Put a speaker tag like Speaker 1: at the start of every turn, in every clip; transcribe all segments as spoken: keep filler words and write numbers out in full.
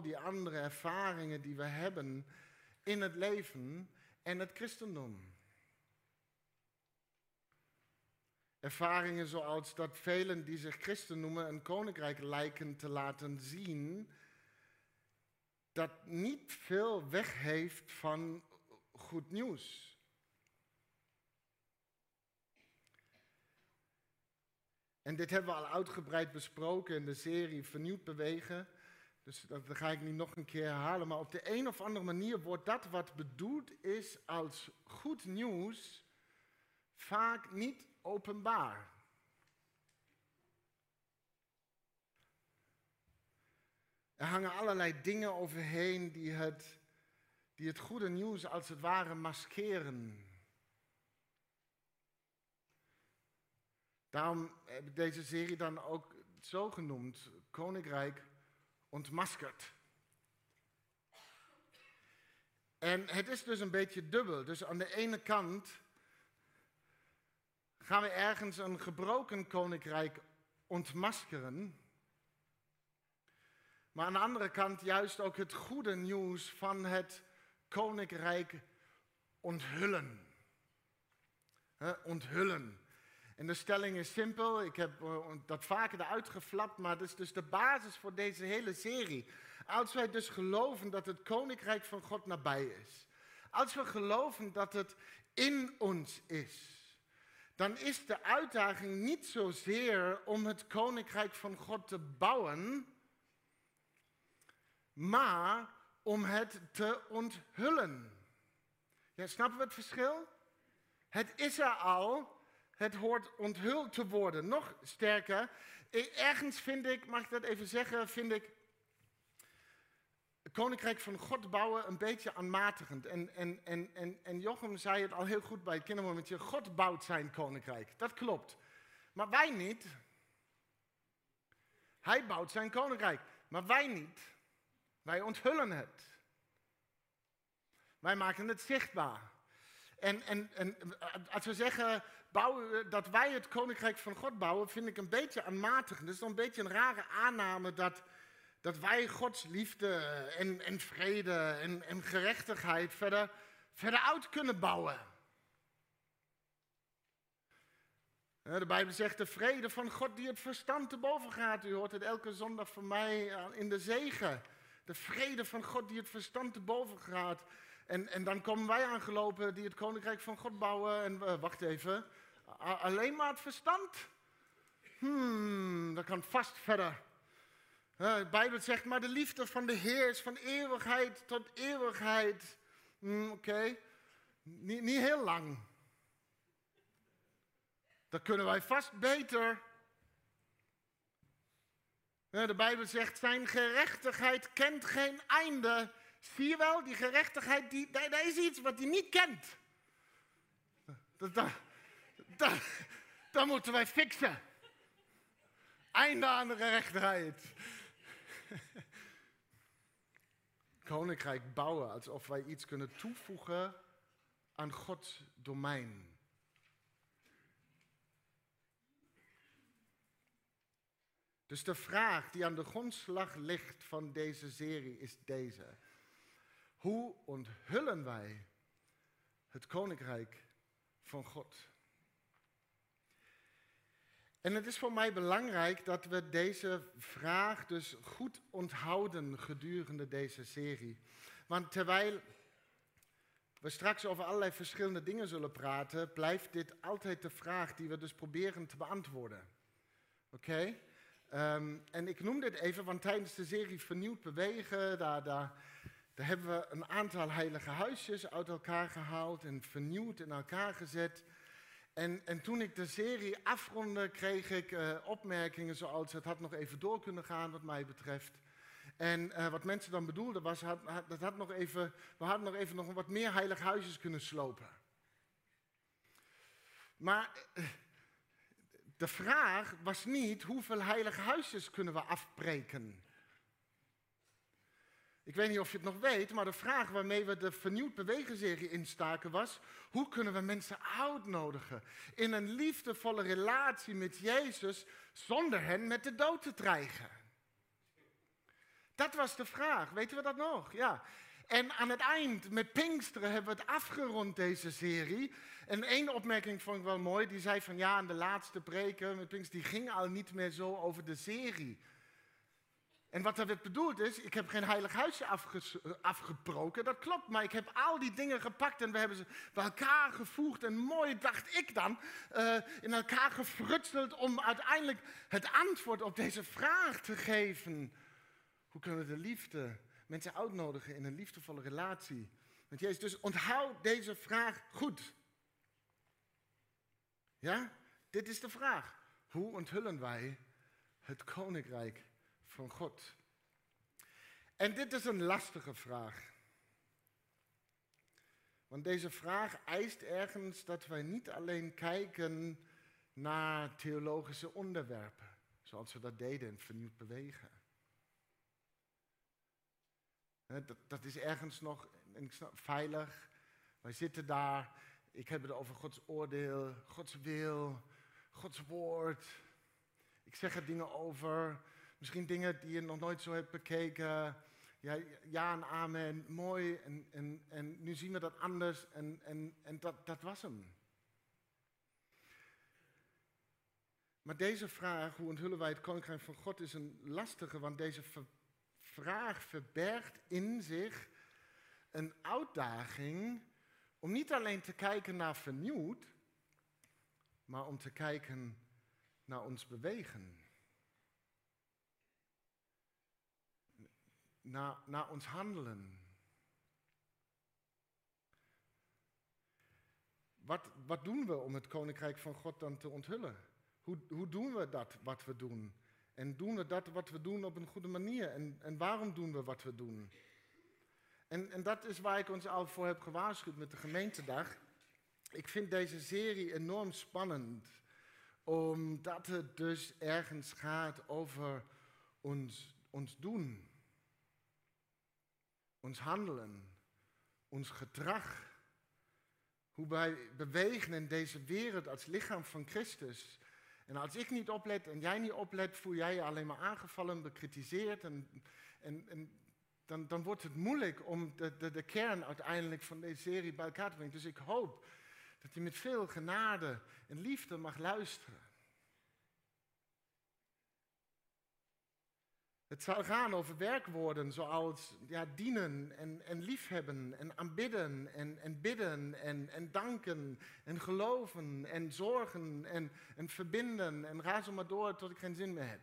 Speaker 1: die andere ervaringen die we hebben in het leven en het christendom. Ervaringen zoals dat velen die zich christen noemen een koninkrijk lijken te laten zien dat niet veel weg heeft van goed nieuws. En dit hebben we al uitgebreid besproken in de serie Vernieuwd Bewegen. Dus dat ga ik niet nog een keer herhalen. Maar op de een of andere manier wordt dat wat bedoeld is als goed nieuws vaak niet openbaar. Er hangen allerlei dingen overheen die het, die het goede nieuws als het ware maskeren. Daarom heb ik deze serie dan ook zo genoemd, Koninkrijk ontmaskerd. En het is dus een beetje dubbel. Dus aan de ene kant gaan we ergens een gebroken koninkrijk ontmaskeren. Maar aan de andere kant juist ook het goede nieuws van het koninkrijk onthullen. He, onthullen. En de stelling is simpel, ik heb dat vaker eruit geflapt, maar dat is dus de basis voor deze hele serie. Als wij dus geloven dat het koninkrijk van God nabij is, als we geloven dat het in ons is, dan is de uitdaging niet zozeer om het koninkrijk van God te bouwen, maar om het te onthullen. Ja, snappen we het verschil? Het is er al. Het hoort onthuld te worden. Nog sterker, ergens vind ik, mag ik dat even zeggen, vind ik het koninkrijk van God bouwen een beetje aanmatigend. En, en, en, en, en Jochem zei het al heel goed bij het kindermomentje, God bouwt zijn koninkrijk. Dat klopt. Maar wij niet. Hij bouwt zijn koninkrijk, maar wij niet. Wij onthullen het. Wij maken het zichtbaar. En, en, en als we zeggen bouwen, dat wij het koninkrijk van God bouwen, vind ik een beetje aanmatigend. Het is dan een beetje een rare aanname dat, dat wij Gods liefde en, en vrede en, en gerechtigheid verder, verder uit kunnen bouwen. De Bijbel zegt de vrede van God die het verstand te boven gaat. U hoort het elke zondag van mij in de zegen. De vrede van God die het verstand te boven gaat. En, en dan komen wij aangelopen die het koninkrijk van God bouwen. En uh, wacht even, A- alleen maar het verstand? Hmm, dat kan vast verder. Uh, de Bijbel zegt maar de liefde van de Heer is van eeuwigheid tot eeuwigheid. Hmm, Oké, okay. niet, niet heel lang. Dat kunnen wij vast beter. Uh, de Bijbel zegt zijn gerechtigheid kent geen einde. Zie je wel, die gerechtigheid, die, dat, dat is iets wat hij niet kent. Dat, dat, dat, dat moeten wij fixen. Einde aan de gerechtigheid. Koninkrijk bouwen, alsof wij iets kunnen toevoegen aan Gods domein. Dus de vraag die aan de grondslag ligt van deze serie is deze. Hoe onthullen wij het koninkrijk van God? En het is voor mij belangrijk dat we deze vraag dus goed onthouden gedurende deze serie. Want terwijl we straks over allerlei verschillende dingen zullen praten, blijft dit altijd de vraag die we dus proberen te beantwoorden. Oké? Okay? Um, en ik noem dit even, want tijdens de serie Vernieuwd Bewegen, daar... daar Daar hebben we een aantal heilige huisjes uit elkaar gehaald en vernieuwd in elkaar gezet. En, en toen ik de serie afronde, kreeg ik uh, opmerkingen zoals het had nog even door kunnen gaan wat mij betreft. En uh, wat mensen dan bedoelden was, had, had, dat had nog even, we hadden nog even nog wat meer heilige huisjes kunnen slopen. Maar uh, de vraag was niet hoeveel heilige huisjes kunnen we afbreken. Ik weet niet of je het nog weet, maar de vraag waarmee we de Vernieuwd Bewegen-serie instaken was, hoe kunnen we mensen uitnodigen in een liefdevolle relatie met Jezus zonder hen met de dood te dreigen? Dat was de vraag, weten we dat nog? Ja. En aan het eind, met Pinksteren, hebben we het afgerond, deze serie. En één opmerking vond ik wel mooi, die zei van ja, in de laatste preken met Pinksteren, die ging al niet meer zo over de serie. En wat er werd bedoeld is, ik heb geen heilig huisje afges- afgebroken, dat klopt, maar ik heb al die dingen gepakt en we hebben ze bij elkaar gevoegd en mooi, dacht ik dan, uh, in elkaar gefrutseld om uiteindelijk het antwoord op deze vraag te geven. Hoe kunnen we de liefde, mensen uitnodigen in een liefdevolle relatie met Jezus? Dus onthoud deze vraag goed. Ja, dit is de vraag. Hoe onthullen wij het koninkrijk van God? En dit is een lastige vraag. Want deze vraag eist ergens dat wij niet alleen kijken naar theologische onderwerpen, zoals we dat deden in Vernieuwd Bewegen. Dat, dat is ergens nog en ik snap, veilig. Wij zitten daar, ik heb het over Gods oordeel, Gods wil, Gods woord. Ik zeg er dingen over. Misschien dingen die je nog nooit zo hebt bekeken. Ja, ja en amen, mooi. En, en, en nu zien we dat anders. En, en, en dat, dat was hem. Maar deze vraag, hoe onthullen wij het koninkrijk van God, is een lastige. Want deze ver- vraag verbergt in zich een uitdaging om niet alleen te kijken naar vernieuwd, maar om te kijken naar ons bewegen. Naar, naar ons handelen. Wat, wat doen we om het koninkrijk van God dan te onthullen? Hoe, hoe doen we dat wat we doen? En doen we dat wat we doen op een goede manier? En, en waarom doen we wat we doen? En, en dat is waar ik ons al voor heb gewaarschuwd met de gemeentedag. Ik vind deze serie enorm spannend. Omdat het dus ergens gaat over ons, ons doen. Ons handelen, ons gedrag, hoe wij bewegen in deze wereld als lichaam van Christus. En als ik niet oplet en jij niet oplet, voel jij je alleen maar aangevallen, bekritiseerd. En, en, en dan, dan wordt het moeilijk om de, de, de kern uiteindelijk van deze serie bij elkaar te brengen. Dus ik hoop dat je met veel genade en liefde mag luisteren. Het zal gaan over werkwoorden zoals ja, dienen en, en liefhebben en aanbidden en, en bidden en, en danken en geloven en zorgen en, en verbinden en ga zo maar door tot ik geen zin meer heb.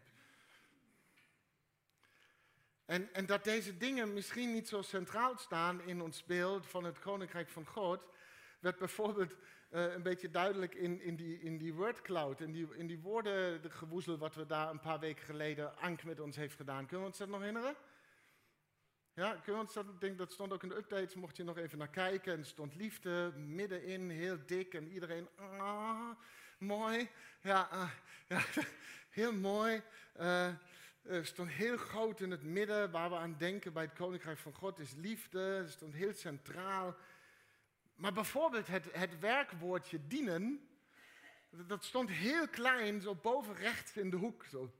Speaker 1: En, en dat deze dingen misschien niet zo centraal staan in ons beeld van het Koninkrijk van God, werd bijvoorbeeld uh, een beetje duidelijk in, in, die, in die wordcloud, in die, in die woordengewoezel wat we daar een paar weken geleden Ank met ons heeft gedaan. Kunnen we ons dat nog herinneren? Ja, kunnen we ons dat, ik denk dat stond ook in de updates, mocht je nog even naar kijken. En er stond liefde middenin, heel dik en iedereen, ah, mooi. Ja, uh, ja heel mooi. Uh, Er stond heel groot in het midden, waar we aan denken bij het Koninkrijk van God, is liefde. Het stond heel centraal. Maar bijvoorbeeld het, het werkwoordje dienen, dat stond heel klein, zo boven rechts in de hoek. Zo.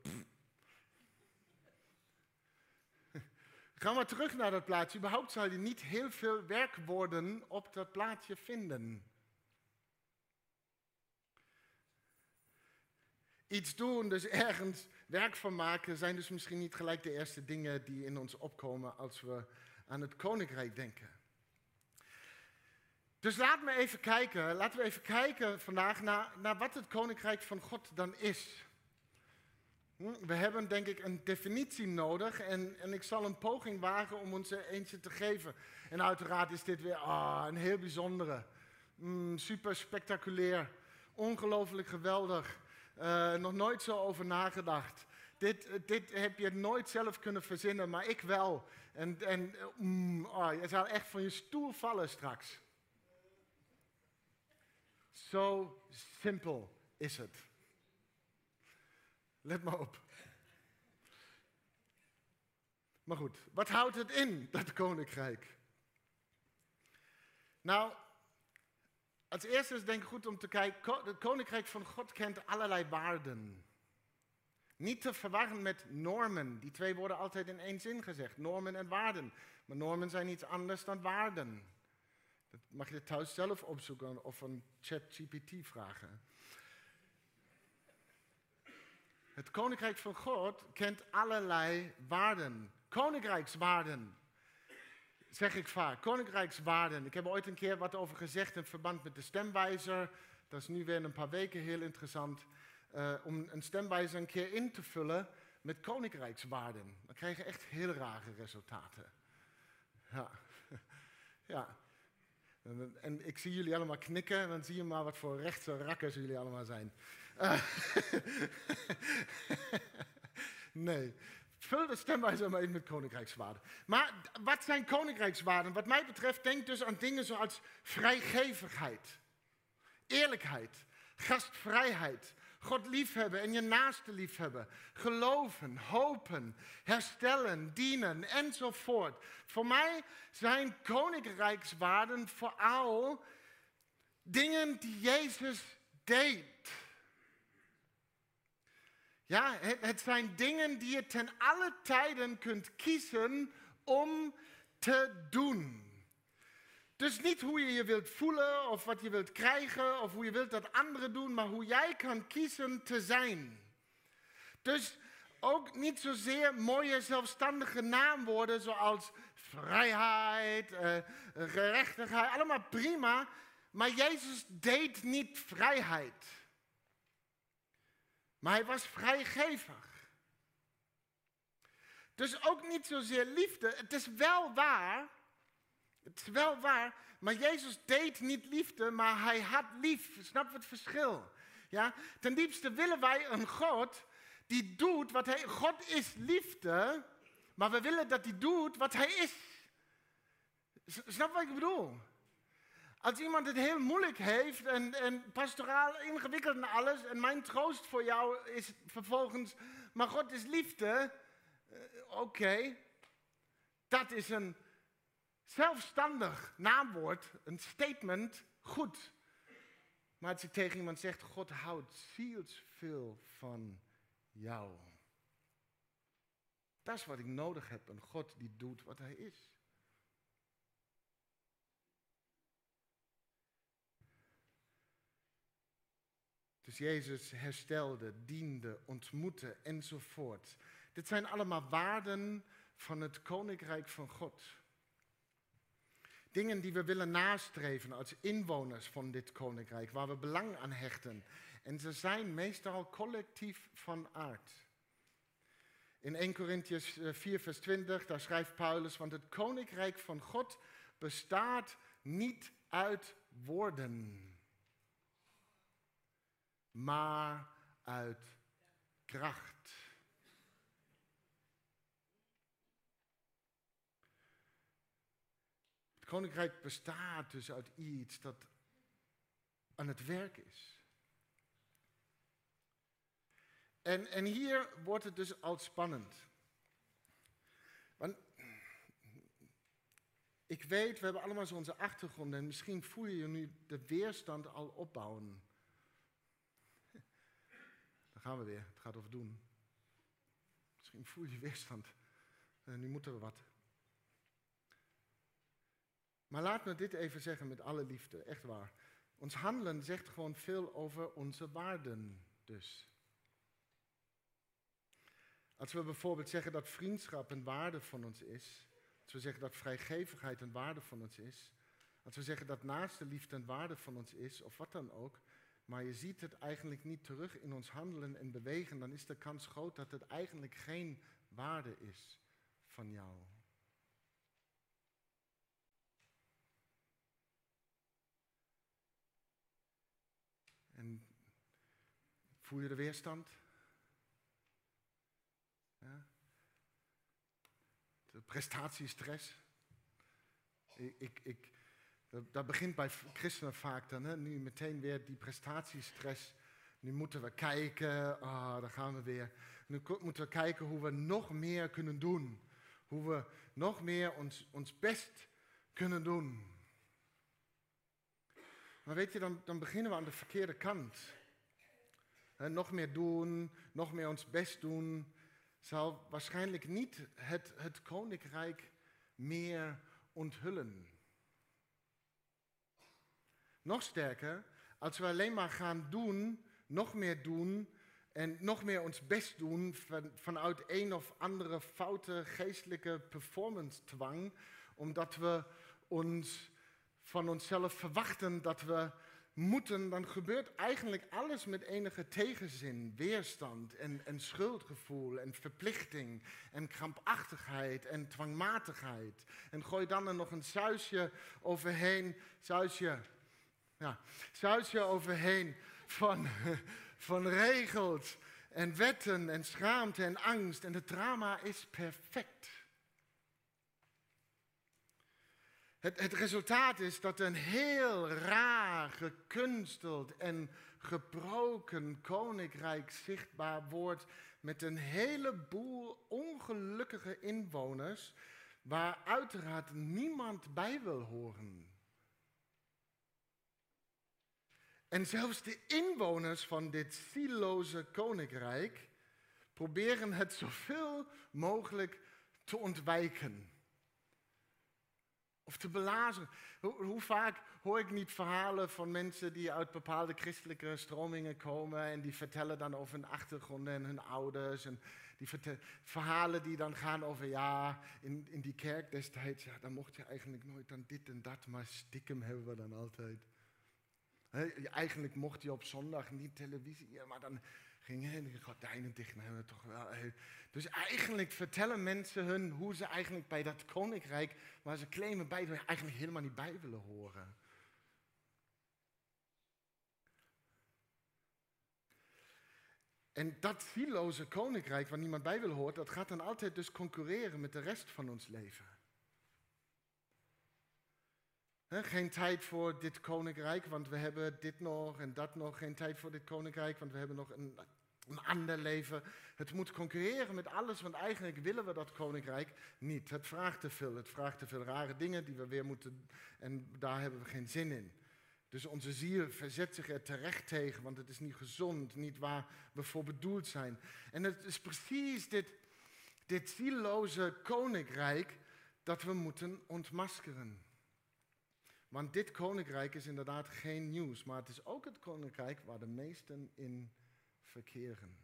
Speaker 1: Ga maar terug naar dat plaatje. Überhaupt zal je niet heel veel werkwoorden op dat plaatje vinden. Iets doen, dus ergens werk van maken, zijn dus misschien niet gelijk de eerste dingen die in ons opkomen als we aan het koninkrijk denken. Dus laat me even kijken, laten we even kijken vandaag naar, naar wat het koninkrijk van God dan is. We hebben denk ik een definitie nodig en, en ik zal een poging wagen om ons er eentje te geven. En uiteraard is dit weer ah, een heel bijzondere, mm, super spectaculair, ongelooflijk geweldig. Uh, nog nooit zo over nagedacht. Dit, dit heb je nooit zelf kunnen verzinnen, maar ik wel. En, en mm, oh, je zal echt van je stoel vallen straks. Zo simpel is het. Let maar op. Maar goed, wat houdt het in, dat koninkrijk? Nou, als eerste is het denk ik goed om te kijken, het koninkrijk van God kent allerlei waarden. Niet te verwarren met normen. Die twee worden altijd in één zin gezegd. Normen en waarden. Maar normen zijn iets anders dan waarden. Dat mag je thuis zelf opzoeken of een ChatGPT vragen. Het Koninkrijk van God kent allerlei waarden. Koninkrijkswaarden, zeg ik vaak. Koninkrijkswaarden. Ik heb er ooit een keer wat over gezegd in verband met de stemwijzer. Dat is nu weer een paar weken heel interessant. Uh, om een stemwijzer een keer in te vullen met koninkrijkswaarden. Dan krijg je echt heel rare resultaten. Ja. Ja. En, en ik zie jullie allemaal knikken en dan zie je maar wat voor rechtse rakkers jullie allemaal zijn. Uh, nee, vul de stemwijzer maar in met koninkrijkswaarden. Maar wat zijn koninkrijkswaarden? Wat mij betreft denk dus aan dingen zoals vrijgevigheid, eerlijkheid, gastvrijheid, God liefhebben en je naaste liefhebben, geloven, hopen, herstellen, dienen enzovoort. Voor mij zijn koninkrijkswaarden vooral dingen die Jezus deed. Ja, het, het zijn dingen die je ten alle tijden kunt kiezen om te doen. Dus niet hoe je je wilt voelen of wat je wilt krijgen of hoe je wilt dat anderen doen, maar hoe jij kan kiezen te zijn. Dus ook niet zozeer mooie zelfstandige naamwoorden zoals vrijheid, uh, gerechtigheid, allemaal prima. Maar Jezus deed niet vrijheid. Maar hij was vrijgevig. Dus ook niet zozeer liefde. Het is wel waar. Het is wel waar. Maar Jezus deed niet liefde, maar hij had lief. Snap je het verschil? Ja? Ten diepste willen wij een God die doet wat hij... God is liefde, maar we willen dat hij doet wat hij is. Snap je wat ik bedoel? Als iemand het heel moeilijk heeft en, en pastoraal ingewikkeld en alles, en mijn troost voor jou is vervolgens, maar God is liefde, uh, oké, okay. Dat is een zelfstandig naamwoord, een statement, goed. Maar als ik tegen iemand zeg, God houdt zielsveel van jou. Dat is wat ik nodig heb, een God die doet wat hij is. Dus Jezus herstelde, diende, ontmoette enzovoort. Dit zijn allemaal waarden van het Koninkrijk van God. Dingen die we willen nastreven als inwoners van dit Koninkrijk, waar we belang aan hechten. En ze zijn meestal collectief van aard. In eerste Korintiërs vier vers twintig, daar schrijft Paulus, want het Koninkrijk van God bestaat niet uit woorden, maar uit kracht. Het Koninkrijk bestaat dus uit iets dat aan het werk is. En, en hier wordt het dus al spannend. Want ik weet, we hebben allemaal zo onze achtergronden en misschien voel je je nu de weerstand al opbouwen. Dan gaan we weer, het gaat over doen. Misschien voel je weerstand. En nu moeten we wat. Maar laat me dit even zeggen met alle liefde, echt waar. Ons handelen zegt gewoon veel over onze waarden dus. Als we bijvoorbeeld zeggen dat vriendschap een waarde van ons is, als we zeggen dat vrijgevigheid een waarde van ons is, als we zeggen dat naaste liefde een waarde van ons is, of wat dan ook, maar je ziet het eigenlijk niet terug in ons handelen en bewegen, dan is de kans groot dat het eigenlijk geen waarde is van jou. En voel je de weerstand? Ja? De prestatiestress. Ik, ik, ik, dat, dat begint bij christenen vaak dan, hè? Nu meteen weer die prestatiestress. Nu moeten we kijken, ah, oh, daar gaan we weer. Nu moeten we kijken hoe we nog meer kunnen doen. Hoe we nog meer ons, ons best kunnen doen. Maar weet je, dan, dan beginnen we aan de verkeerde kant. He, nog meer doen, nog meer ons best doen, zal waarschijnlijk niet het, het koninkrijk meer onthullen. Nog sterker, als we alleen maar gaan doen, nog meer doen en nog meer ons best doen van, vanuit een of andere foute geestelijke performance-dwang, omdat we ons van onszelf verwachten dat we moeten, dan gebeurt eigenlijk alles met enige tegenzin, weerstand en, en schuldgevoel en verplichting en krampachtigheid en dwangmatigheid. En gooi dan er nog een sausje overheen, sausje, ja, sausje overheen van, van regels en wetten en schaamte en angst en het drama is perfect. Het, het resultaat is dat een heel raar, gekunsteld en gebroken koninkrijk zichtbaar wordt met een heleboel ongelukkige inwoners waar uiteraard niemand bij wil horen. En zelfs de inwoners van dit zieloze koninkrijk proberen het zoveel mogelijk te ontwijken. Of te belazen. Hoe, hoe vaak hoor ik niet verhalen van mensen die uit bepaalde christelijke stromingen komen en die vertellen dan over hun achtergronden en hun ouders. En die vertel, verhalen die dan gaan over, ja, in, in die kerk destijds, ja, dan mocht je eigenlijk nooit dan dit en dat, maar stiekem hebben we dan altijd. He, eigenlijk mocht je op zondag niet televisie, ja, maar dan gingen de gordijnen dicht. Nou, we toch wel, he. Dus eigenlijk vertellen mensen hun hoe ze eigenlijk bij dat koninkrijk, waar ze claimen bij, eigenlijk helemaal niet bij willen horen. En dat zieloze koninkrijk waar niemand bij wil horen, dat gaat dan altijd dus concurreren met de rest van ons leven. He, geen tijd voor dit koninkrijk, want we hebben dit nog en dat nog. Geen tijd voor dit koninkrijk, want we hebben nog een, een ander leven. Het moet concurreren met alles, want eigenlijk willen we dat koninkrijk niet. Het vraagt te veel, het vraagt te veel rare dingen die we weer moeten, en daar hebben we geen zin in. Dus onze ziel verzet zich er terecht tegen, want het is niet gezond, niet waar we voor bedoeld zijn. En het is precies dit, dit zieloze koninkrijk dat we moeten ontmaskeren. Want dit koninkrijk is inderdaad geen nieuws, maar het is ook het koninkrijk waar de meesten in verkeren.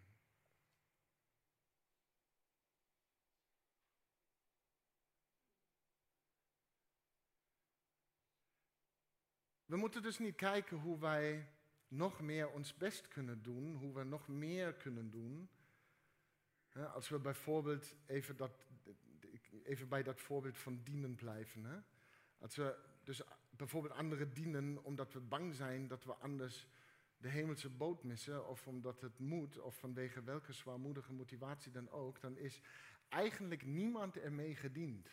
Speaker 1: We moeten dus niet kijken hoe wij nog meer ons best kunnen doen, hoe we nog meer kunnen doen. Als we bijvoorbeeld even, dat, even bij dat voorbeeld van dienen blijven. Hè? Als we dus bijvoorbeeld anderen dienen omdat we bang zijn dat we anders de hemelse boot missen, of omdat het moet, of vanwege welke zwaarmoedige motivatie dan ook, dan is eigenlijk niemand ermee gediend.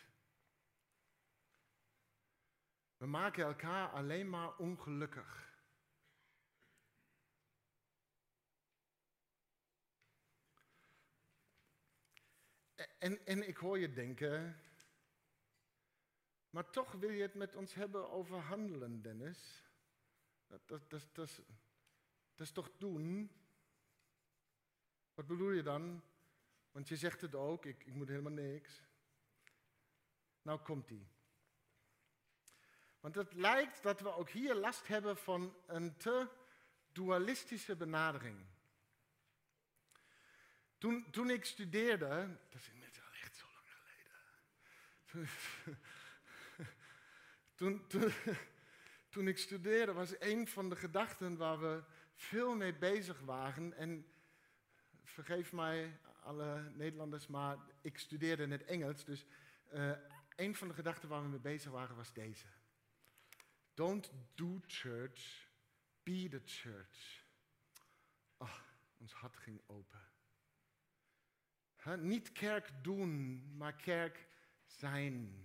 Speaker 1: We maken elkaar alleen maar ongelukkig. En, en ik hoor je denken, maar toch wil je het met ons hebben over handelen, Dennis. Dat, dat, dat, dat, is, dat is toch doen? Wat bedoel je dan? Want je zegt het ook, ik, ik moet helemaal niks. Nou komt-ie. Want het lijkt dat we ook hier last hebben van een te dualistische benadering. Toen, toen ik studeerde, dat is inmiddels al echt zo lang geleden. Toen, toen, toen ik studeerde was een van de gedachten waar we veel mee bezig waren. En vergeef mij alle Nederlanders, maar ik studeerde in het Engels. Dus uh, een van de gedachten waar we mee bezig waren was deze. Don't do church, be the church. Oh, ons hart ging open. Huh? Niet kerk doen, maar kerk zijn.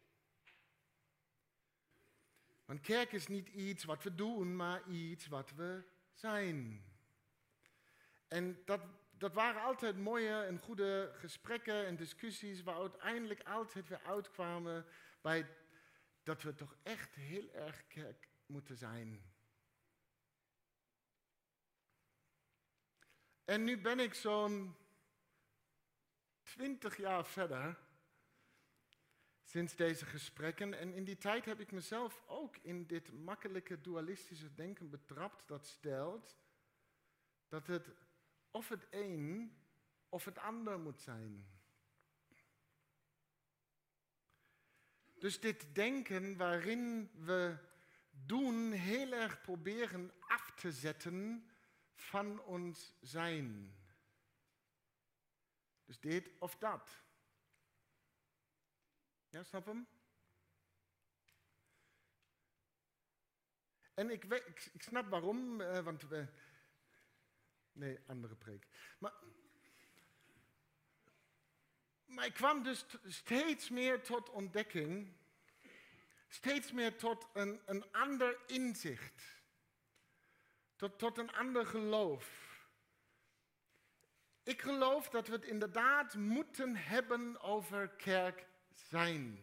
Speaker 1: Want kerk is niet iets wat we doen, maar iets wat we zijn. En dat, dat waren altijd mooie en goede gesprekken en discussies waar uiteindelijk altijd weer uitkwamen bij dat we toch echt heel erg kerk moeten zijn. En nu ben ik zo'n twintig jaar verder sinds deze gesprekken. En in die tijd heb ik mezelf ook in dit makkelijke dualistische denken betrapt dat stelt dat het of het een of het ander moet zijn. Dus dit denken waarin we doen heel erg proberen af te zetten van ons zijn. Dus dit of dat. Ja, snap hem? En ik, weet, ik, ik snap waarom, uh, want we... Nee, andere preek. Maar, maar ik kwam dus t- steeds meer tot ontdekking, steeds meer tot een, een ander inzicht, tot, tot een ander geloof. Ik geloof dat we het inderdaad moeten hebben over kerk zijn.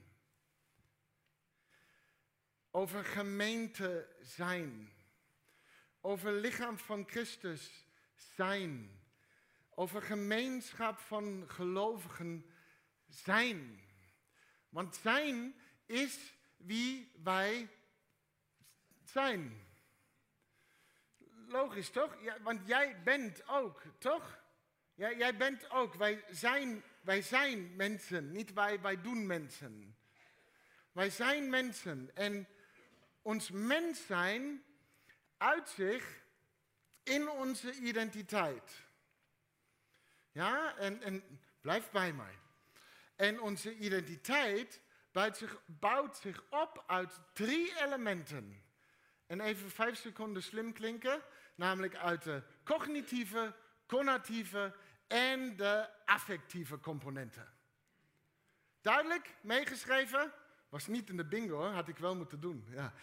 Speaker 1: Over gemeente zijn. Over lichaam van Christus zijn. Over gemeenschap van gelovigen zijn. Want zijn is wie wij zijn. Logisch toch? Ja, want jij bent ook, toch? Ja, jij bent ook. Wij zijn, wij zijn mensen, niet wij, wij doen mensen. Wij zijn mensen en ons mens zijn uit zich in onze identiteit. Ja, en, en blijf bij mij. En onze identiteit bouwt zich, bouwt zich op uit drie elementen. En even vijf seconden slim klinken, namelijk uit de cognitieve, connotatieve en de affectieve componenten. Duidelijk? Meegeschreven? Was niet in de bingo hoor, had ik wel moeten doen. Ja.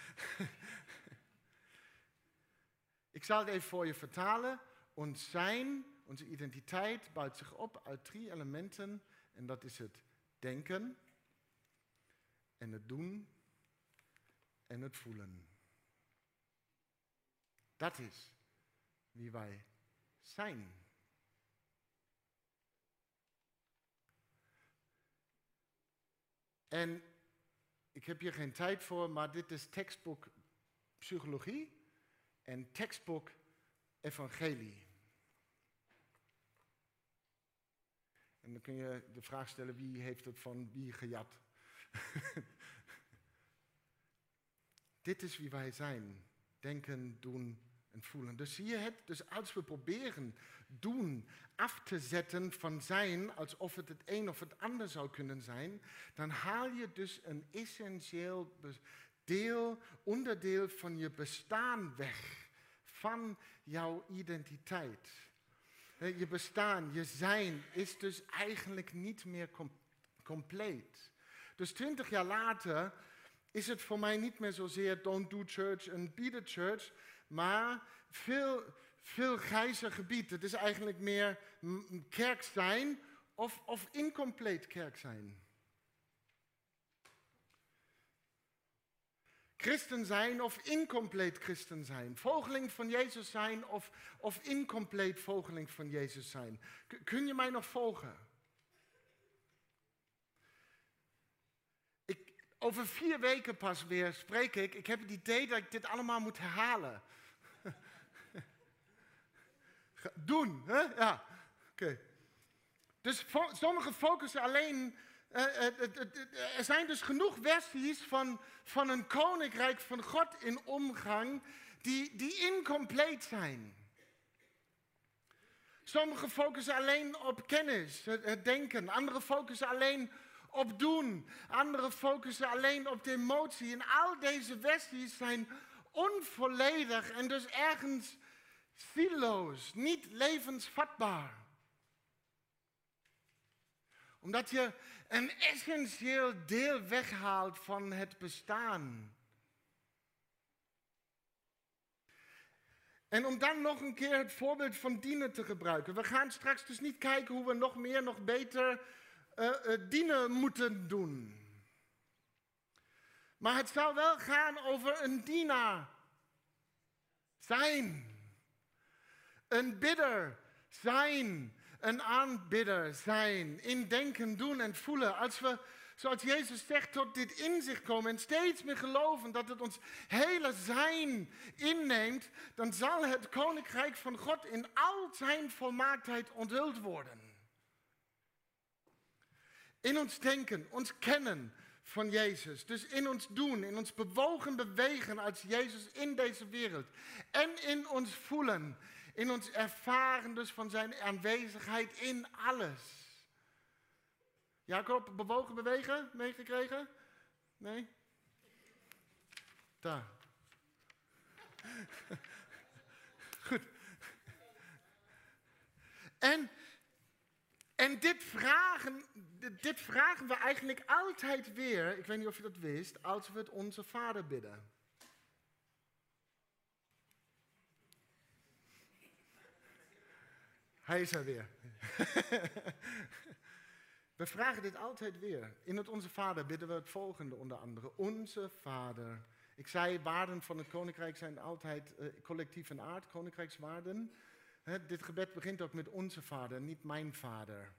Speaker 1: Ik zal het even voor je vertalen. Ons zijn, onze identiteit bouwt zich op uit drie elementen. En dat is het denken, en het doen en het voelen. Dat is wie wij zijn. En ik heb hier geen tijd voor, maar dit is tekstboek psychologie en tekstboek evangelie. En dan kun je de vraag stellen, wie heeft het van wie gejat? Dit is wie wij zijn. Denken, doen en voelen. Dus zie je het? Dus als we proberen doen af te zetten van zijn, alsof het het een of het ander zou kunnen zijn, dan haal je dus een essentieel deel, onderdeel van je bestaan weg. Van jouw identiteit. Je bestaan, je zijn is dus eigenlijk niet meer com- compleet. Dus twintig jaar later is het voor mij niet meer zozeer don't do church and be the church, maar veel, veel grijzer gebied. Het is eigenlijk meer m- kerk zijn of, of incompleet kerk zijn. Christen zijn of incompleet christen zijn. Volgeling van Jezus zijn of, of incompleet volgeling van Jezus zijn. K- kun je mij nog volgen? Ik, over vier weken pas weer spreek ik. Ik heb het idee dat ik dit allemaal moet herhalen. Doen, hè? Ja, oké. Okay. Dus fo- sommigen focussen alleen... Uh, uh, uh, uh, uh, er zijn dus genoeg versies van, van een koninkrijk van God in omgang die, die incompleet zijn. Sommigen focussen alleen op kennis, het, het denken. Anderen focussen alleen op doen. Anderen focussen alleen op de emotie. En al deze versies zijn onvolledig en dus ergens zieloos, niet levensvatbaar. Omdat je een essentieel deel weghaalt van het bestaan. En om dan nog een keer het voorbeeld van dienen te gebruiken. We gaan straks dus niet kijken hoe we nog meer, nog beter uh, uh, dienen moeten doen. Maar het zou wel gaan over een dienaar zijn. Een bidder zijn, een aanbidder zijn, in denken, doen en voelen. Als we, zoals Jezus zegt, tot dit inzicht komen en steeds meer geloven dat het ons hele zijn inneemt, dan zal het koninkrijk van God in al zijn volmaaktheid onthuld worden. In ons denken, ons kennen van Jezus. Dus in ons doen, in ons bewogen bewegen als Jezus in deze wereld. En in ons voelen, in ons ervaren dus van zijn aanwezigheid in alles. Jacob, bewogen bewegen, meegekregen? Nee? Daar. Goed. En, en dit, vragen, dit vragen we eigenlijk altijd weer, ik weet niet of je dat wist, als we het onze Vader bidden. Hij is er weer. We vragen dit altijd weer. In het Onze Vader bidden we het volgende onder andere. Onze Vader. Ik zei, waarden van het koninkrijk zijn altijd uh, collectief in aard, koninkrijkswaarden. He, dit gebed begint ook met onze Vader, niet mijn Vader.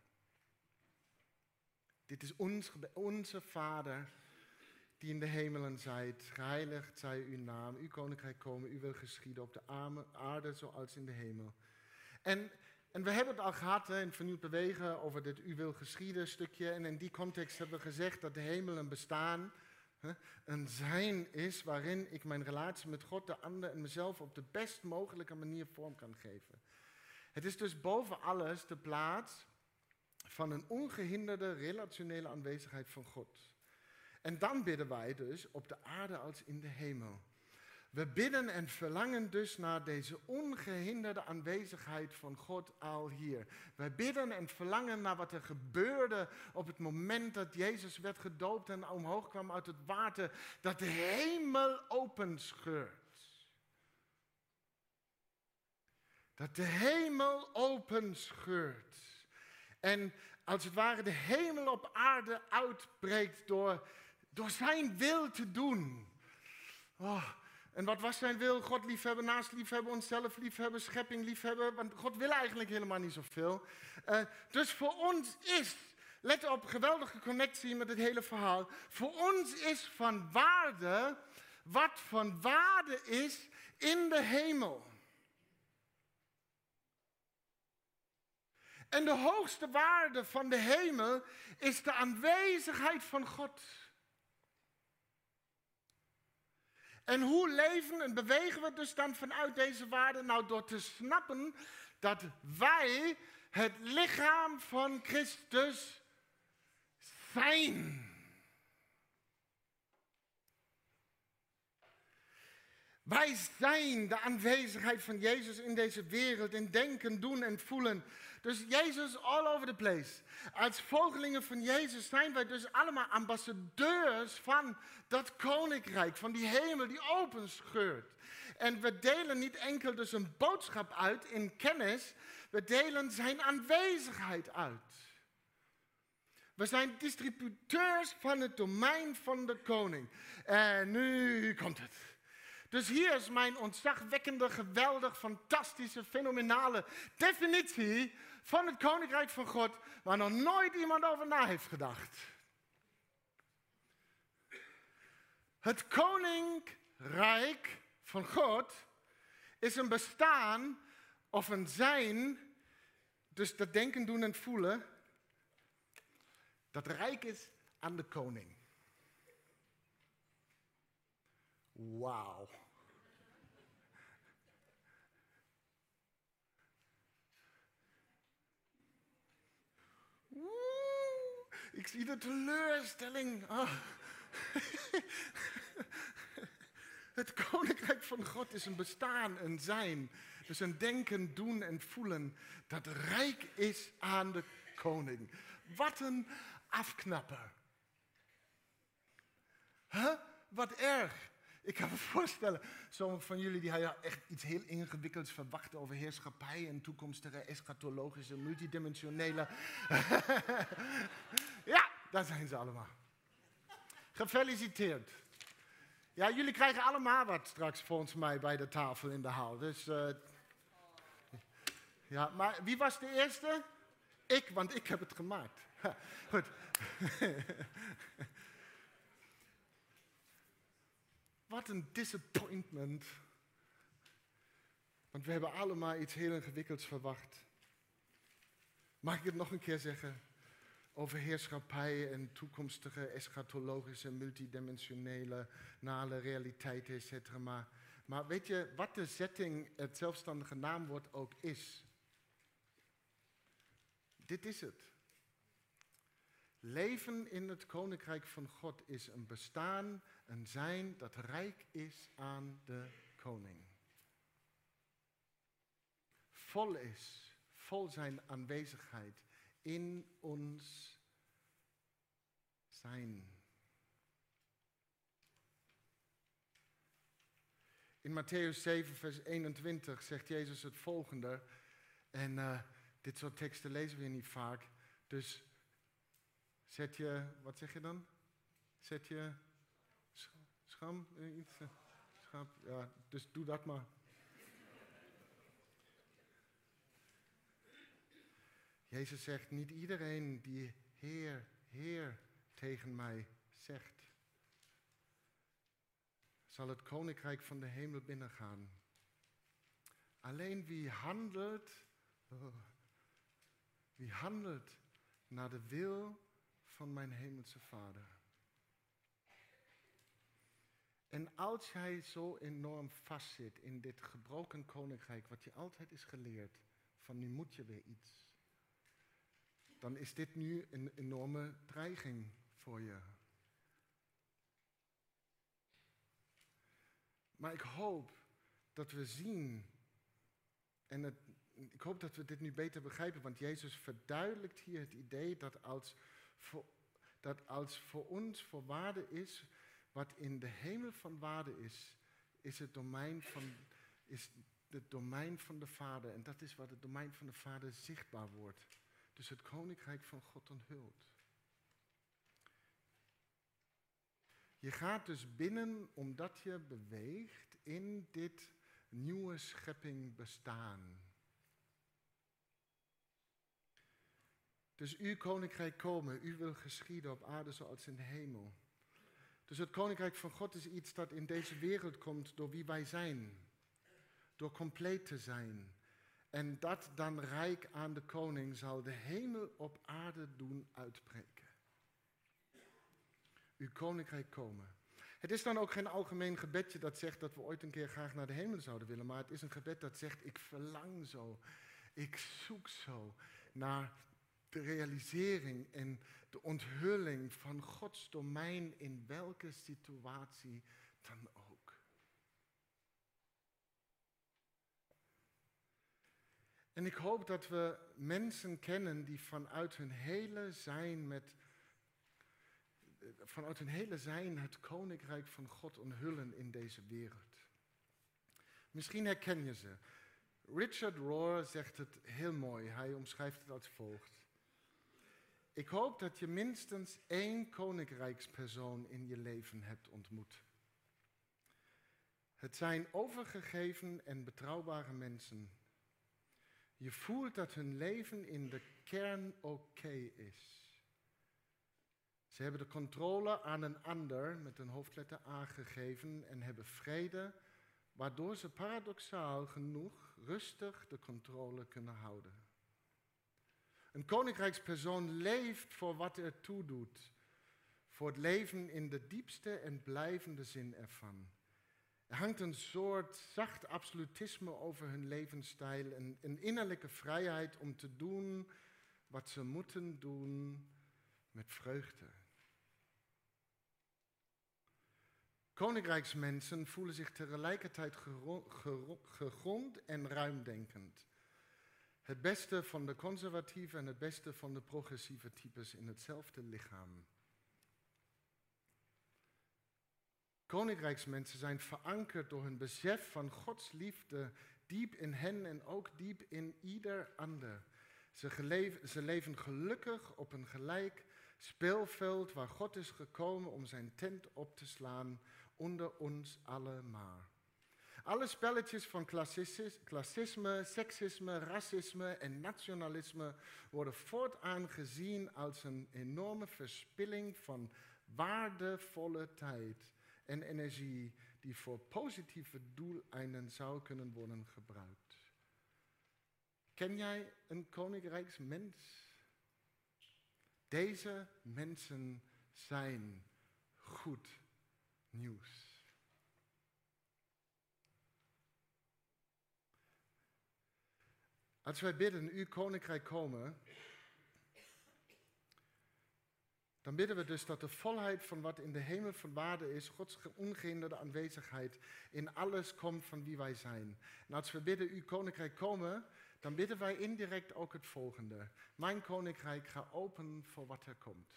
Speaker 1: Dit is ons gebed, onze Vader die in de hemelen zijt. Geheiligd zij uw naam, uw koninkrijk komen, uw wil geschieden op de aarde zoals in de hemel. En... En we hebben het al gehad hè, in Vernieuwd Bewegen over dit u wil geschieden stukje. En in die context hebben we gezegd dat de hemel een bestaan, hè, een zijn is waarin ik mijn relatie met God, de ander en mezelf op de best mogelijke manier vorm kan geven. Het is dus boven alles de plaats van een ongehinderde relationele aanwezigheid van God. En dan bidden wij dus op de aarde als in de hemel. We bidden en verlangen dus naar deze ongehinderde aanwezigheid van God al hier. We bidden en verlangen naar wat er gebeurde op het moment dat Jezus werd gedoopt en omhoog kwam uit het water. Dat de hemel openscheurt. Dat de hemel openscheurt. En als het ware de hemel op aarde uitbreekt door, door zijn wil te doen. Oh. En wat was zijn wil? God liefhebben, naast liefhebben, onszelf liefhebben, schepping liefhebben. Want God wil eigenlijk helemaal niet zoveel. Uh, dus voor ons is, let op, geweldige connectie met het hele verhaal. Voor ons is van waarde, wat van waarde is in de hemel. En de hoogste waarde van de hemel is de aanwezigheid van God. En hoe leven en bewegen we dus dan vanuit deze waarde? Nou, door te snappen dat wij het lichaam van Christus zijn. Wij zijn de aanwezigheid van Jezus in deze wereld, in denken, doen en voelen. Dus Jezus all over the place. Als volgelingen van Jezus zijn wij dus allemaal ambassadeurs van dat koninkrijk, van die hemel die openscheurt. En we delen niet enkel dus een boodschap uit in kennis, we delen zijn aanwezigheid uit. We zijn distributeurs van het domein van de koning. En nu komt het. Dus hier is mijn ontzagwekkende, geweldig, fantastische, fenomenale definitie van het koninkrijk van God, waar nog nooit iemand over na heeft gedacht. Het koninkrijk van God is een bestaan of een zijn, dus dat denken, doen en voelen, dat rijk is aan de koning. Wauw. Ik zie de teleurstelling. Oh. Het koninkrijk van God is een bestaan, een zijn. Dus een denken, doen en voelen dat rijk is aan de koning. Wat een afknapper. Huh? Wat erg. Ik kan me voorstellen, sommigen van jullie die hadden echt iets heel ingewikkelds verwacht over heerschappij en toekomstige eschatologische, multidimensionele. Ja, daar zijn ze allemaal. Gefeliciteerd. Ja, jullie krijgen allemaal wat straks volgens mij bij de tafel in de hal. Dus, uh, Ja, maar wie was de eerste? Ik, want ik heb het gemaakt. Goed. Wat een disappointment. Want we hebben allemaal iets heel ingewikkelds verwacht. Mag ik het nog een keer zeggen? Over heerschappij en toekomstige eschatologische, multidimensionele, nale realiteiten, et cetera. Maar, maar weet je wat de setting, het zelfstandige naamwoord ook is? Dit is het. Leven in het koninkrijk van God is een bestaan, een zijn dat rijk is aan de koning. Vol is, vol zijn aanwezigheid in ons zijn. In Matthäus zeven, vers eenentwintig zegt Jezus het volgende. En uh, dit soort teksten lezen we niet vaak. Dus zet je, wat zeg je dan? Zet je sch- scham? eh, Iets? eh, Schap, ja, dus doe dat maar. Jezus zegt, niet iedereen die Heer, Heer tegen mij zegt, zal het koninkrijk van de hemel binnengaan. Alleen wie handelt, oh, wie handelt naar de wil van mijn hemelse Vader. En als jij zo enorm vastzit in dit gebroken koninkrijk, wat je altijd is geleerd, van nu moet je weer iets, dan is dit nu een enorme dreiging voor je. Maar ik hoop dat we zien, en het, ik hoop dat we dit nu beter begrijpen, want Jezus verduidelijkt hier het idee dat als voor, dat als voor ons voor waarde is, wat in de hemel van waarde is, is het domein van, is het domein van de Vader. En dat is waar het domein van de Vader zichtbaar wordt. Dus het koninkrijk van God onthult. Je gaat dus binnen omdat je beweegt in dit nieuwe schepping bestaan. Dus uw koninkrijk komen, u wil geschieden op aarde zoals in de hemel. Dus het koninkrijk van God is iets dat in deze wereld komt door wie wij zijn. Door compleet te zijn. En dat dan rijk aan de koning zal de hemel op aarde doen uitbreken. Uw koninkrijk komen. Het is dan ook geen algemeen gebedje dat zegt dat we ooit een keer graag naar de hemel zouden willen. Maar het is een gebed dat zegt, ik verlang zo. Ik zoek zo naar de realisering en de onthulling van Gods domein in welke situatie dan ook. En ik hoop dat we mensen kennen die vanuit hun hele zijn met vanuit hun hele zijn het koninkrijk van God onthullen in deze wereld. Misschien herken je ze. Richard Rohr zegt het heel mooi. Hij omschrijft het als volgt. Ik hoop dat je minstens één koninkrijkspersoon in je leven hebt ontmoet. Het zijn overgegeven en betrouwbare mensen. Je voelt dat hun leven in de kern oké is. Ze hebben de controle aan een ander met een hoofdletter A gegeven en hebben vrede, waardoor ze paradoxaal genoeg rustig de controle kunnen houden. Een koninkrijkspersoon leeft voor wat er toe doet, voor het leven in de diepste en blijvende zin ervan. Er hangt een soort zacht absolutisme over hun levensstijl, een, een innerlijke vrijheid om te doen wat ze moeten doen met vreugde. Koninkrijksmensen voelen zich tegelijkertijd gegrond en ruimdenkend. Het beste van de conservatieve en het beste van de progressieve types in hetzelfde lichaam. Koninkrijksmensen zijn verankerd door hun besef van Gods liefde diep in hen en ook diep in ieder ander. Ze, geleef, ze leven gelukkig op een gelijk speelveld waar God is gekomen om zijn tent op te slaan onder ons allemaal. Alle spelletjes van klassicis- klassisme, seksisme, racisme en nationalisme worden voortaan gezien als een enorme verspilling van waardevolle tijd en energie die voor positieve doeleinden zou kunnen worden gebruikt. Ken jij een koninkrijksmens? Deze mensen zijn goed nieuws. Als wij bidden, uw koninkrijk komen, dan bidden we dus dat de volheid van wat in de hemel van waarde is, Gods ongehinderde aanwezigheid in alles komt van wie wij zijn. En als we bidden, uw koninkrijk komen, dan bidden wij indirect ook het volgende. Mijn koninkrijk gaat open voor wat er komt.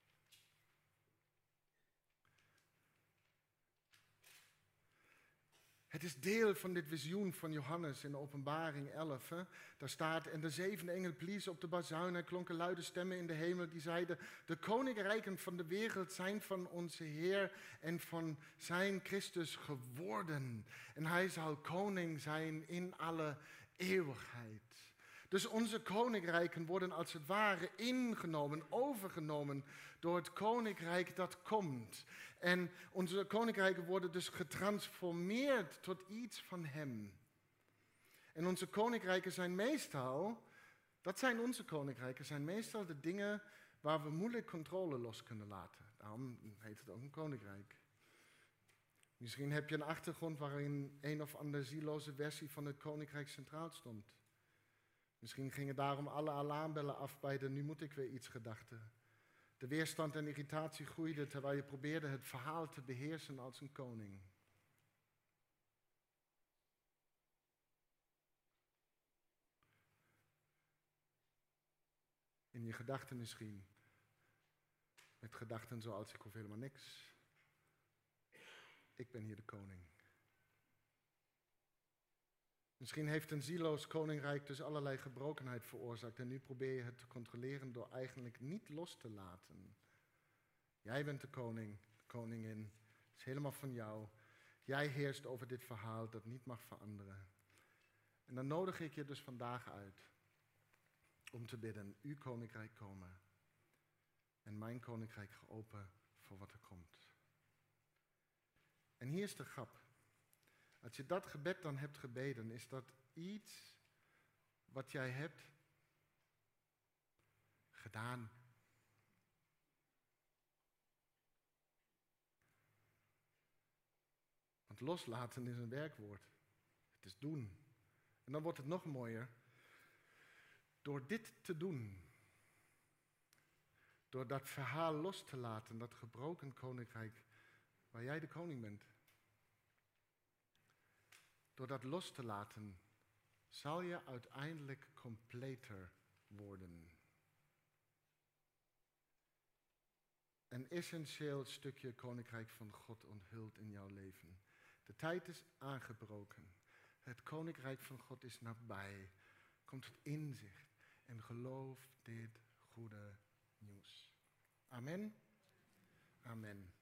Speaker 1: Het is deel van dit visioen van Johannes in Openbaring elf. Hè? Daar staat, en de zevende engel blies op de bazuin, er klonken luide stemmen in de hemel die zeiden, de koninkrijken van de wereld zijn van onze Heer en van zijn Christus geworden. En hij zal koning zijn in alle eeuwigheid. Dus onze koninkrijken worden als het ware ingenomen, overgenomen door het koninkrijk dat komt. En onze koninkrijken worden dus getransformeerd tot iets van hem. En onze koninkrijken zijn meestal, dat zijn onze koninkrijken, zijn meestal de dingen waar we moeilijk controle los kunnen laten. Daarom heet het ook een koninkrijk. Misschien heb je een achtergrond waarin een of andere zieloze versie van het koninkrijk centraal stond. Misschien gingen daarom alle alarmbellen af bij de nu moet ik weer iets gedachten. De weerstand en irritatie groeiden terwijl je probeerde het verhaal te beheersen als een koning. In je gedachten misschien. Met gedachten zoals ik hoef helemaal niks. Ik ben hier de koning. Misschien heeft een zieloos koninkrijk dus allerlei gebrokenheid veroorzaakt en nu probeer je het te controleren door eigenlijk niet los te laten. Jij bent de koning, de koningin, het is helemaal van jou. Jij heerst over dit verhaal dat niet mag veranderen. En dan nodig ik je dus vandaag uit om te bidden, uw koninkrijk komen en mijn koninkrijk geopen voor wat er komt. En hier is de grap. Als je dat gebed dan hebt gebeden, is dat iets wat jij hebt gedaan. Want loslaten is een werkwoord. Het is doen. En dan wordt het nog mooier. Door dit te doen, door dat verhaal los te laten, dat gebroken koninkrijk waar jij de koning bent. Door dat los te laten, zal je uiteindelijk completer worden. Een essentieel stukje koninkrijk van God onthuld in jouw leven. De tijd is aangebroken. Het koninkrijk van God is nabij. Kom tot inzicht en geloof dit goede nieuws. Amen. Amen.